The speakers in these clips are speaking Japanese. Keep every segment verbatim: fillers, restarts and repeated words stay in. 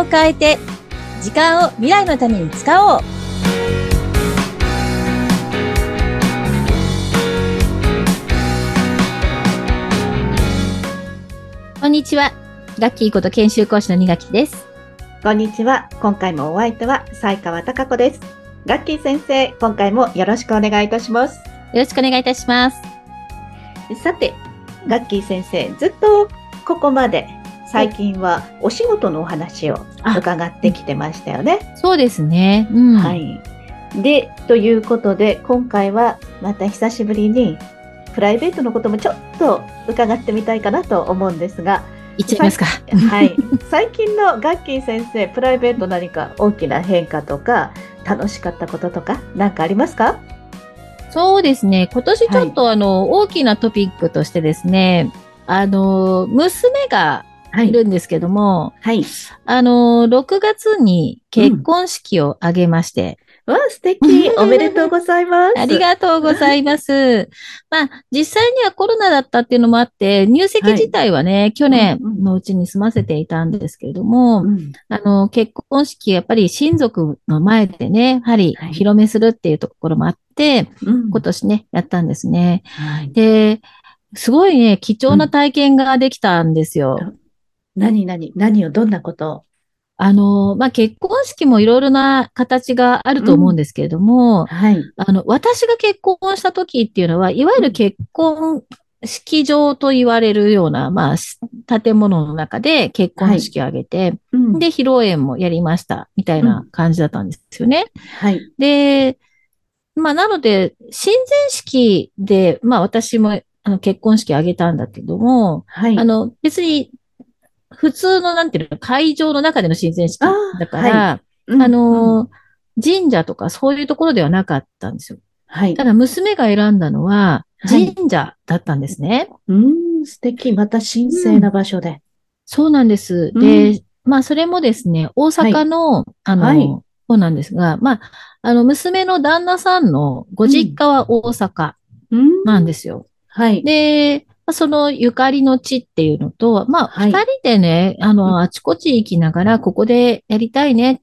を変えて、時間を未来のために使おう。こんにちは。ガッキーこと研修講師のにがきです。 こんにちは。今回もお相手は西川貴子です。ガッキー先生、今回もよろしくお願いいたします。よろしくお願いいたします。 さて、ガッキー先生、ずっとここまで最近はお仕事のお話を伺ってきてましたよね。 そうですね。うん、 はい。で、ということで、今回はまた久しぶりにプライベートのこともちょっと伺ってみたいかなと思うんですが、 いっちゃいますか。 はい。最近のガッキー先生、プライベート何か大きな変化とか、楽しかったこととか、何かありますか？ そうですね。今年ちょっと、はい、あの、大きなトピックとしてですね、あの、娘がいるんですけども、 はい。はい、 あの、ろくがつに結婚式を挙げまして、 うん、わあ、素敵。おめでとうございます。 ありがとうございます。まあ、実際にはコロナだったっていうのもあって、入籍自体はね、はい、去年のうちに済ませていたんですけれども、うん、あの、結婚式、やっぱり親族の前でね、やはりお披露目するっていうところもあって、はい、今年ね、やったんですね。はい、で、すごいね、貴重な体験ができたんですよ。 うん、何、何、何を、どんなことを？ あの、まあ、結婚式もいろいろな形があると思うんですけれども、うん、はい。あの、私が結婚した時っていうのは、いわゆる結婚式場と言われるような、まあ、建物の中で結婚式を挙げて、はい、うん、で、披露宴もやりました、みたいな感じだったんですよね。うん、はい。で、まあ、なので、親善式で、まあ、私も、あの、結婚式挙げたんだけども、はい。あの、別に、普通の、なんていうの、会場の中での親善式だから、あ、はいうん、あの、うん、神社とかそういうところではなかったんですよ。はい。ただ、娘が選んだのは、神社だったんですね。 はい、うん、素敵。また神聖な場所で。うん、 そうなんです。で、うん、まあ、それもですね、大阪の、はい、あの、はい、そうなんですが、まあ、あの、娘の旦那さんのご実家は大阪なんですよ。うん、はい。で、そのゆかりの地っていうのと、まあ、二、はい、人でね、あの、あちこち行きながら、ここでやりたいねって、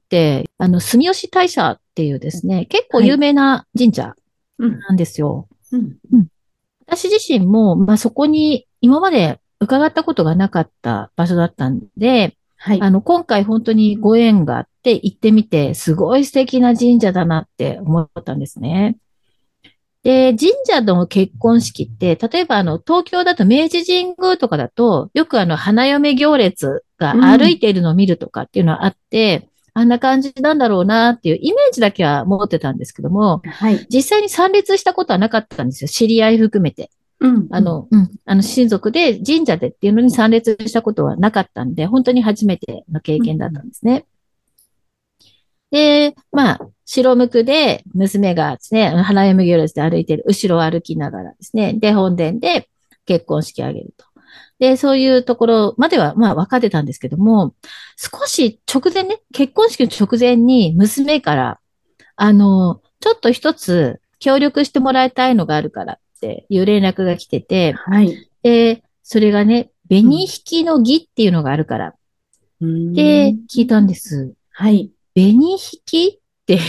あの、住吉大社っていうですね、結構有名な神社なんですよ。はいうんうん、私自身も、まあ、そこに今まで伺ったことがなかった場所だったんで、はい、あの、今回本当にご縁があって行ってみて、すごい素敵な神社だなって思ったんですね。で、神社の結婚式って、例えばあの、東京だと明治神宮とかだと、よくあの、花嫁行列が歩いているのを見るとかっていうのはあって、うん、あんな感じなんだろうなっていうイメージだけは持ってたんですけども、はい、実際に参列したことはなかったんですよ。知り合い含めて。うん、あの、うん、あの、親族で神社でっていうのに参列したことはなかったんで、本当に初めての経験だったんですね。うん、で、まあ、白むくで娘がですね、花嫁行列で歩いてる、後ろを歩きながらですね、で、本殿で結婚式を挙げると。で、そういうところまでは、まあ、分かってたんですけども、少し直前ね、結婚式の直前に娘から、あの、ちょっと一つ協力してもらいたいのがあるからっていう連絡が来てて、はい。で、それがね、紅引きの儀っていうのがあるから、って聞いたんです。はい。紅引きって、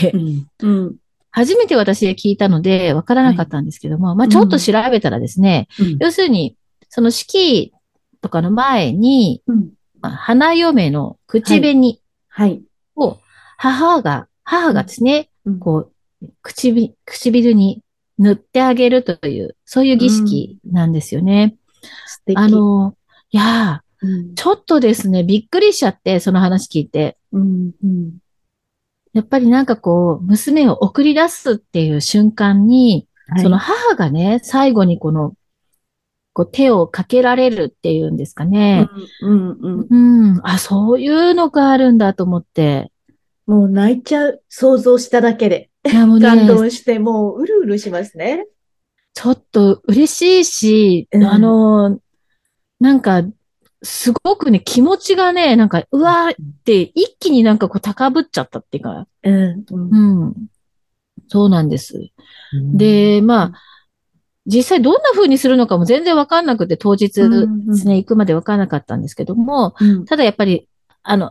うんうん、初めて私聞いたので分からなかったんですけども、はい、まあちょっと調べたらですね、うん、要するに、その式とかの前に、うんまあ、花嫁の口紅を母が、母がですね、うん、こう唇、唇に塗ってあげるという、そういう儀式なんですよね。うん、あの、いやー、うん、ちょっとですね、びっくりしちゃって、その話聞いて。うんうんやっぱりなんかこう、娘を送り出すっていう瞬間に、はい、その母がね、最後にこの、こう手をかけられるっていうんですかね。うん、うん、うん。うん。あ、そういうのがあるんだと思って。 もう泣いちゃう。想像しただけで。いやもうね、感動して、もううるうるしますね。 ちょっと嬉しいし、うん、あの、なんか、すごくね、気持ちがね、なんか、うわーって一気になんかこう高ぶっちゃったっていうか、うん、うん、うん。そうなんです。うん、で、まあ、実際どんな風にするのかも全然わかんなくて、当日ですね、うんうん、行くまでわかんなかったんですけども、うん、ただやっぱり、あの、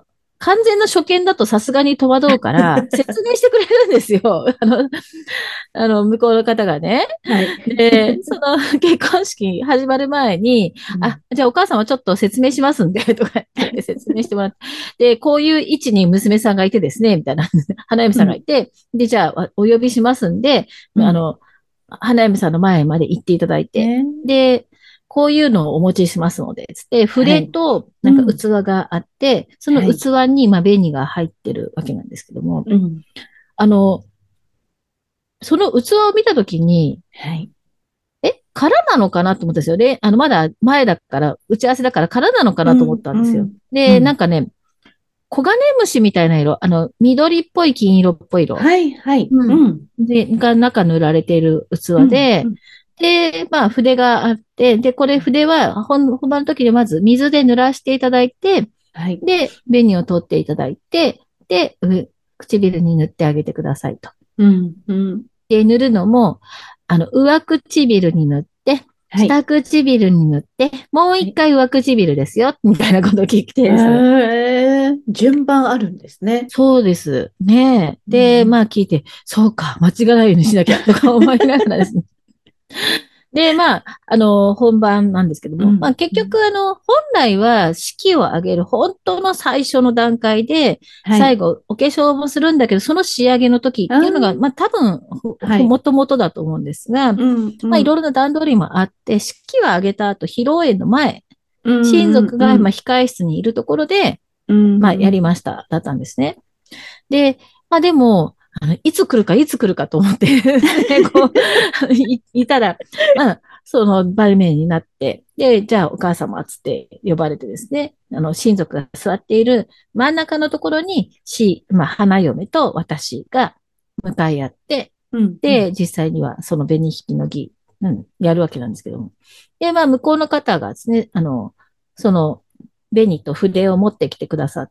完全な初見だとさすがに戸惑うから、説明してくれるんですよ。あの、あの、向こうの方がね。 はい。 で、その結婚式始まる前に、 うん、 あ、じゃあお母さんはちょっと説明しますんで、とか言って説明してもらって、で、こういう位置に娘さんがいてですね、みたいな、花嫁さんがいて、で、じゃあお呼びしますんで、 うん。 あの、花嫁さんの前まで行っていただいて、 ね。 で、こういうのをお持ちしますので、つって、筆はい。 となんかうん。 器があって、そのはい。 器に、まあ、紅が入ってるわけなんですけども、 うん。 あの、その器を見たときに、 はい。 え、空なのかなと思ったんですよね。あの、まだ前だから、打ち合わせだから空なのかなと思っうん。 たんですよ。 うん。うで、なん。 んかね、黄金虫みたいな色、あの、緑っぽい金色っぽい色。 はい。はい。 うん。 うん。 で、が中塗られているうん。う器で、 ん。 で、まあ、筆があって、で、これ筆は本、本番の時にまず水で濡らしていただいて、 はい。 で、紅を取っていただいて、で、上唇に塗ってあげてくださいと。 うん。うん。 で、塗るのも、あの、上唇に塗って、 はい。 下唇に塗って、もうはい。 一回上唇ですよ、みたいなことを聞いて、それ。 えー、順番あるんですね。 そうです。ねえ。で、 うん。 まあ聞いて、そうか、間違わないようにしなきゃ、とか思いながらですね。で、まあ、あの、本番なんですけども、まあうん。うん。 結局、あの、本来は式を挙げる本当の最初の段階で、 はい。 最後、お化粧もするんだけど、その仕上げの時あー、 っていうのが、まあ多分、ほはい。 ほもともとだと思うんですが、 うん。うまあいろん。 いろな段取りもあって、式を挙げた後、披露宴の前、 うん。うん。 親族が、まあうん。 控え室にいるところで、 うまあやりん。 ました、だったんですね。で、まあでも、あの、いつ来るか、いつ来るかと思ってですね、こう、い、いたら、まあ、その場面になって、で、じゃあお母様つって呼ばれてですね、あの、親族が座っている真ん中のところに、し、まあ、花嫁と私が向かい合って、 うん。うん。 で、実際にはその紅引きの儀、うん、やるわけなんですけども。で、まあ、向こうの方がですね、あの、その、紅と筆を持ってきてくださって、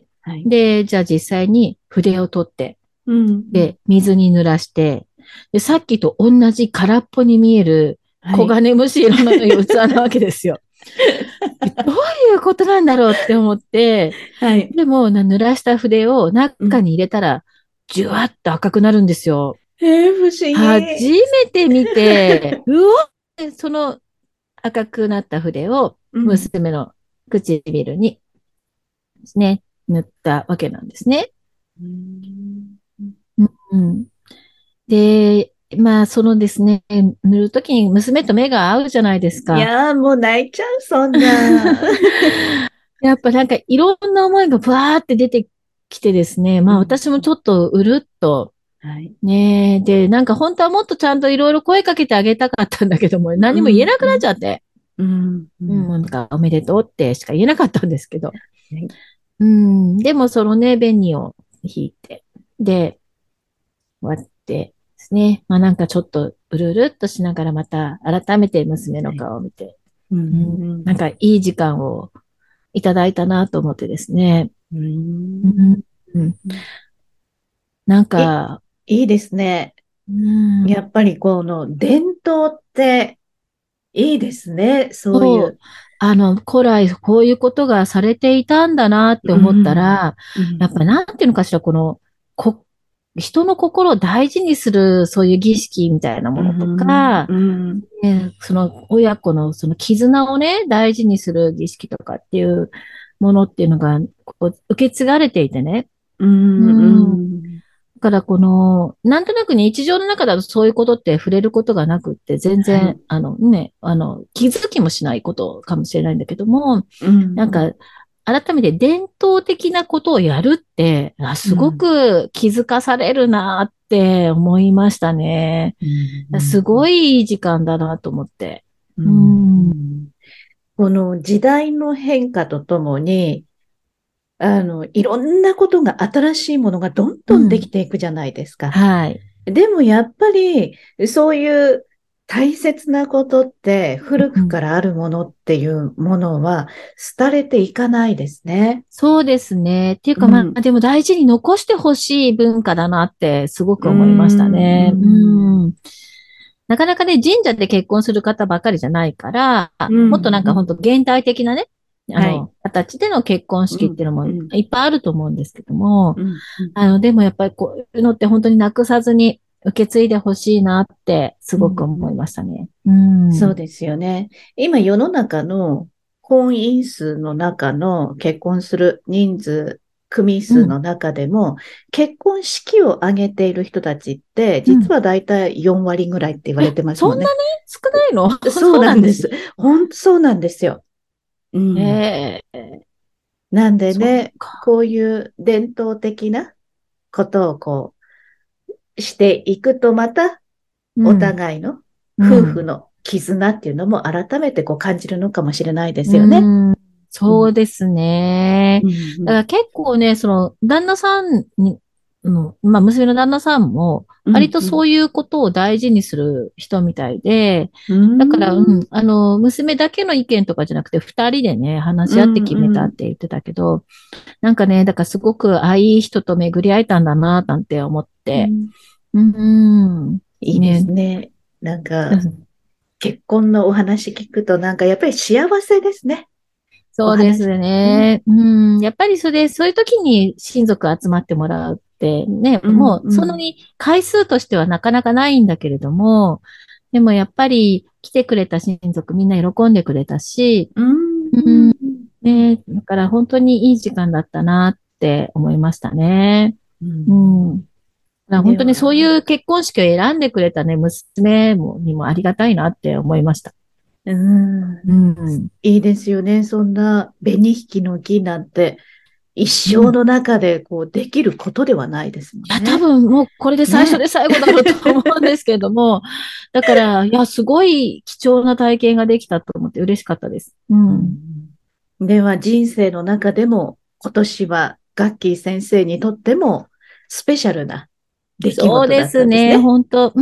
はい。 で、じゃあ実際に筆を取って、 うん。うん。 で、水に濡らして、で、さっきと同じ空っぽに見えるはい。 黄金虫色の器なわけですよ。どういうことなんだろうって思って、 はい。 でも、な濡らした筆をうん。 中に入れたら、じゅわっと赤くなるんですよ。 えー、不思初議。 めて見て、うおってその赤くなった筆をうん。 娘の唇にですね、塗ったわけなんですね。 うん。 うん。で、まあ、そのですね、塗るときに娘と目が合うじゃないですか。 いやー、もう泣いちゃう、そんな。 やっぱなんかいろんな思いがブワーって出てきてですね、まあうん。 私もちょっとうるっと、 はい。 ね、で、なんか本当はもっとちゃんといろいろ声かけてあげたかったんだけども、何も言えうん。 なくなっうん。 ちゃって、 うん。ううん、 ん。 なんかおめでとうってしか言えなかったんですけど、 はい。 うん、でもそのね、紅を引いて、で、終わってですね。まあなんかちょっとうるうるっとしながらまた改めて娘のはい。 顔を見て、 ううん、 ん。 なんかいい時間をいただいたなと思ってですね。 ううん、 ん。 うん、なんい、 か、 いいですね。 うん、 やっぱりこの伝統っていいですね。そういそう、 う。 あの、古来こういうことがされていたんだなってう思ったん。 ら、 うん。 やっぱなんていうのかしら、この、こ、人の心を大事にするそういう儀式みたいなうものとん。 か、 うん。 ね、その親子のその絆をね、大事にする儀式とかっていうものっていうのが、こう、受け継がれていてね。 ううん。だん。 からこの、なんとなく日常の中だとそういうことって触れることがなくって、全然、 はい。 あのね、あの、気づきもしないことかもしれないんだけども、 うん。 なんか、改めて伝統的なことをやるって、あ、すごうん。 く気づかされるなって思いましたね。 うん。うん。 すごいいい時間だなと思って。 ううん。 ん。この時代の変化とともに、あの、いろんなことが、新しいものがどんどんできうん。 ていくじゃないですか。 はい。 でもやっぱり、そういう大切なことって古うん。 くからあるものっていうものは廃れていかないですね。 そうですね。っていうかまあ、 うん。 でも大事に残してほしい文化だなってすごうーく思いましたね。うん。 ん。なかなかね、神社で結婚する方ばかりじゃないから、 うもっとなんか本ん。 当現代的なね、 あの、はい、形での結婚式っていうのもいっぱいあると思うんですけども、うんうん、あの、でもやっぱりこういうのって本当になくさずに受け継いでほしいなってすごく思いましたね。 うんうん、そうですよね。今世の中の婚姻数の中の結婚する人数、組数の中でも、うん、結婚式を挙げている人たちって、実はだいたいよんわりぐらいって言われてますもんね。 そんなに少ないの？ そうなんです。本当そうなんですよ。うん、 えー、 なんでね、こういう伝統的なことをこう、していくとまた、お互いの夫婦の絆っていうのも改めてこう感じるのかもしれないですよね。 うん、そうですね。だから結構ね、その、旦那さんに、のまあ、娘の旦那さんも、割とそういうことを大事にする人みたいで、うんうん、だから、うん、あの、娘だけの意見とかじゃなくて、二人でね、話し合って決めたって言ってたけど、うんうん、なんかね、だからすごく、あ、いい人と巡り会えたんだな、なんて思って、うん、うん、 いいですね。ね、なんか、結婚のお話聞くと、なんかやっぱり幸せですね。 そうですね。うん、うん、やっぱりそれ、そういう時に親族集まってもらうってね、うん、もうそんなに回数としてはなかなかないんだけれども、でもやっぱり来てくれた親族みんな喜んでくれたし、うん、うん、ね、だから本当にいい時間だったなって思いましたね。うん、うん、だから本当にそういう結婚式を選んでくれたね、娘もにもありがたいなって思いました。 うん、うん、いいですよね。そんな紅引きの儀なんて一生の中でこうできることではないですもんね。 いや、多分もうこれで最初で最後だろうと思うんですけれども、ね、だから、いや、すごい貴重な体験ができたと思って嬉しかったです。うん。 では、人生の中でも今年はガッキー先生にとってもスペシャルな出来事だったんですね。そうですね。 本当、うん、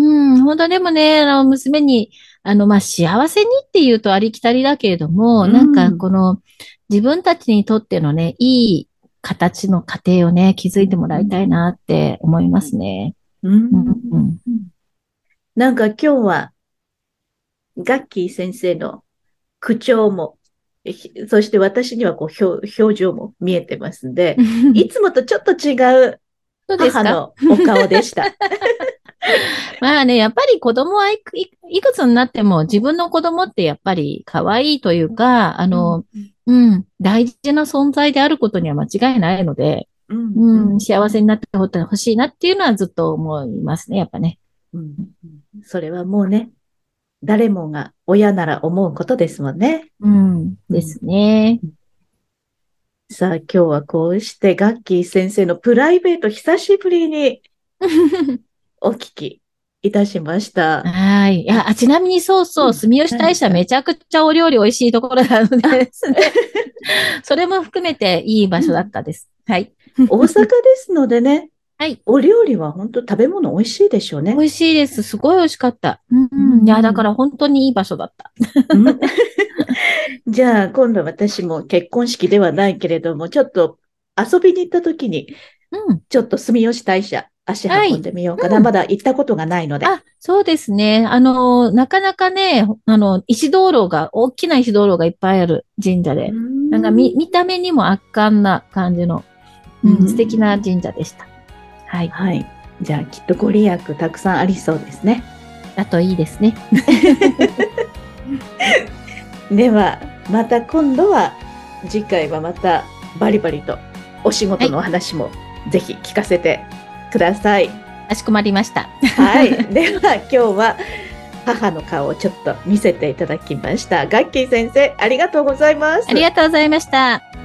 本当でもね、あの、娘に、あの、まあ、幸せにっていうとありきたりだけれども、うん、なんか、この、自分たちにとってのね、いい形の家庭をね、築いてもらいたいなって思いますね。うんうんうん、なんか今日は、ガッキー先生の口調も、そして私にはこう表、表情も見えてますんで、いつもとちょっと違う母のお顔でした。 まあね、やっぱり子供はいく、いくつになっても自分の子供ってやっぱり可愛いというか、あの、うん、うん、大事な存在であることには間違いないので、うん、うん、幸せになってほしいなっていうのはずっと思いますね、やっぱね。 うん、それはもうね、誰もが親なら思うことですもんね。 うん、ですね。 さあ、今日はこうしてガッキー先生のプライベート久しぶりにお聞きいたしました。 はい。いや、あ、ちなみにそうそう、住吉大社めちゃくちゃお料理美味しいところなのでですね。それも含めていい場所だったです。はい。 大阪ですのでね。 はい。 お料理は本当食べ物美味しいでしょうね。 美味しいです。すごい美味しかった。うん、うん。いや、だから本当にいい場所だった。 じゃあ、今度私も結婚式ではないけれども、ちょっと遊びに行った時に、うん、ちょっと住吉大社、足運んでみようかな、はいうん。まだ行ったことがないので。 あ、そうですね。あの、なかなかね、あの、石灯籠が、大きな石灯籠がいっぱいある神社で、んなんか見、見た目にも圧巻な感じの、うん、素敵な神社でした。はい。 はい。じゃあ、きっとご利益たくさんありそうですね。 だといいですね。 では、また今度は、次回はまたバリバリとお仕事のお話もぜひ聞かせてください。 かしこまりました。 はい。では、今日は母の顔をちょっと見せていただきました。ガッキー先生、ありがとうございます。 ありがとうございました。